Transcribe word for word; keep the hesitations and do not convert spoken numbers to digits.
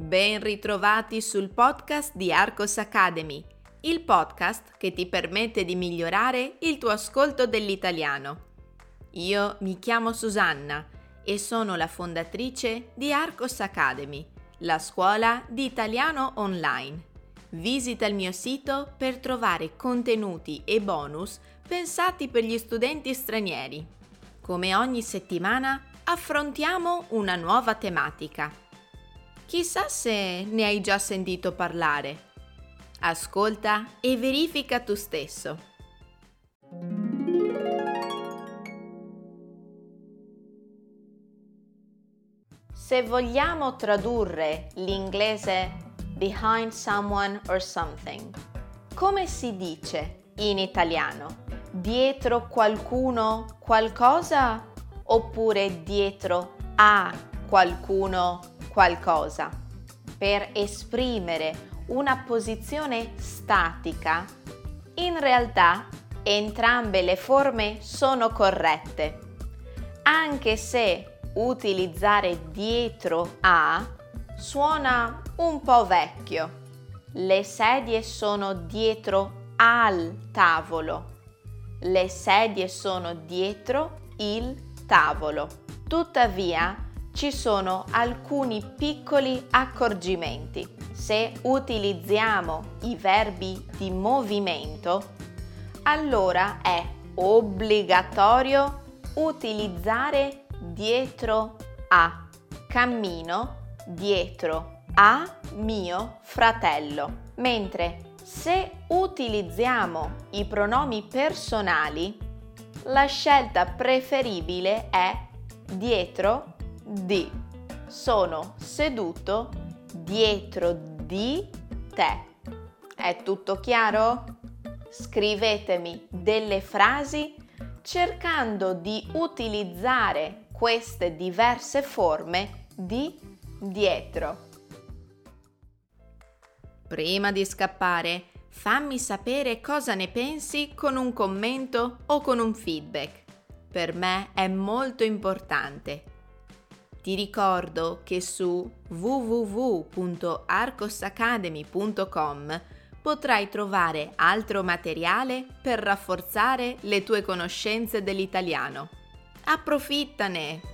Ben ritrovati sul podcast di Arcos Academy, il podcast che ti permette di migliorare il tuo ascolto dell'italiano. Io mi chiamo Susanna e sono la fondatrice di Arcos Academy, la scuola di italiano online. Visita il mio sito per trovare contenuti e bonus pensati per gli studenti stranieri. Come ogni settimana affrontiamo una nuova tematica. Chissà se ne hai già sentito parlare. Ascolta e verifica tu stesso. Se vogliamo tradurre l'inglese behind someone or something, come si dice in italiano? Dietro qualcuno, qualcosa? Oppure dietro a qualcuno, qualcosa? Per esprimere una posizione statica, in realtà entrambe le forme sono corrette, anche se utilizzare dietro a suona un po' vecchio. Le sedie sono dietro al tavolo. Le sedie sono dietro il tavolo. Tuttavia, ci sono alcuni piccoli accorgimenti. Se utilizziamo i verbi di movimento, allora è obbligatorio utilizzare dietro a. Cammino dietro a mio fratello. Mentre se utilizziamo i pronomi personali, la scelta preferibile è dietro di. Sono seduto dietro di te. È tutto chiaro? Scrivetemi delle frasi cercando di utilizzare queste diverse forme di dietro. Prima di scappare, fammi sapere cosa ne pensi con un commento o con un feedback. Per me è molto importante. Ti ricordo che su w w w punto arcosacademy punto com potrai trovare altro materiale per rafforzare le tue conoscenze dell'italiano. Approfittane!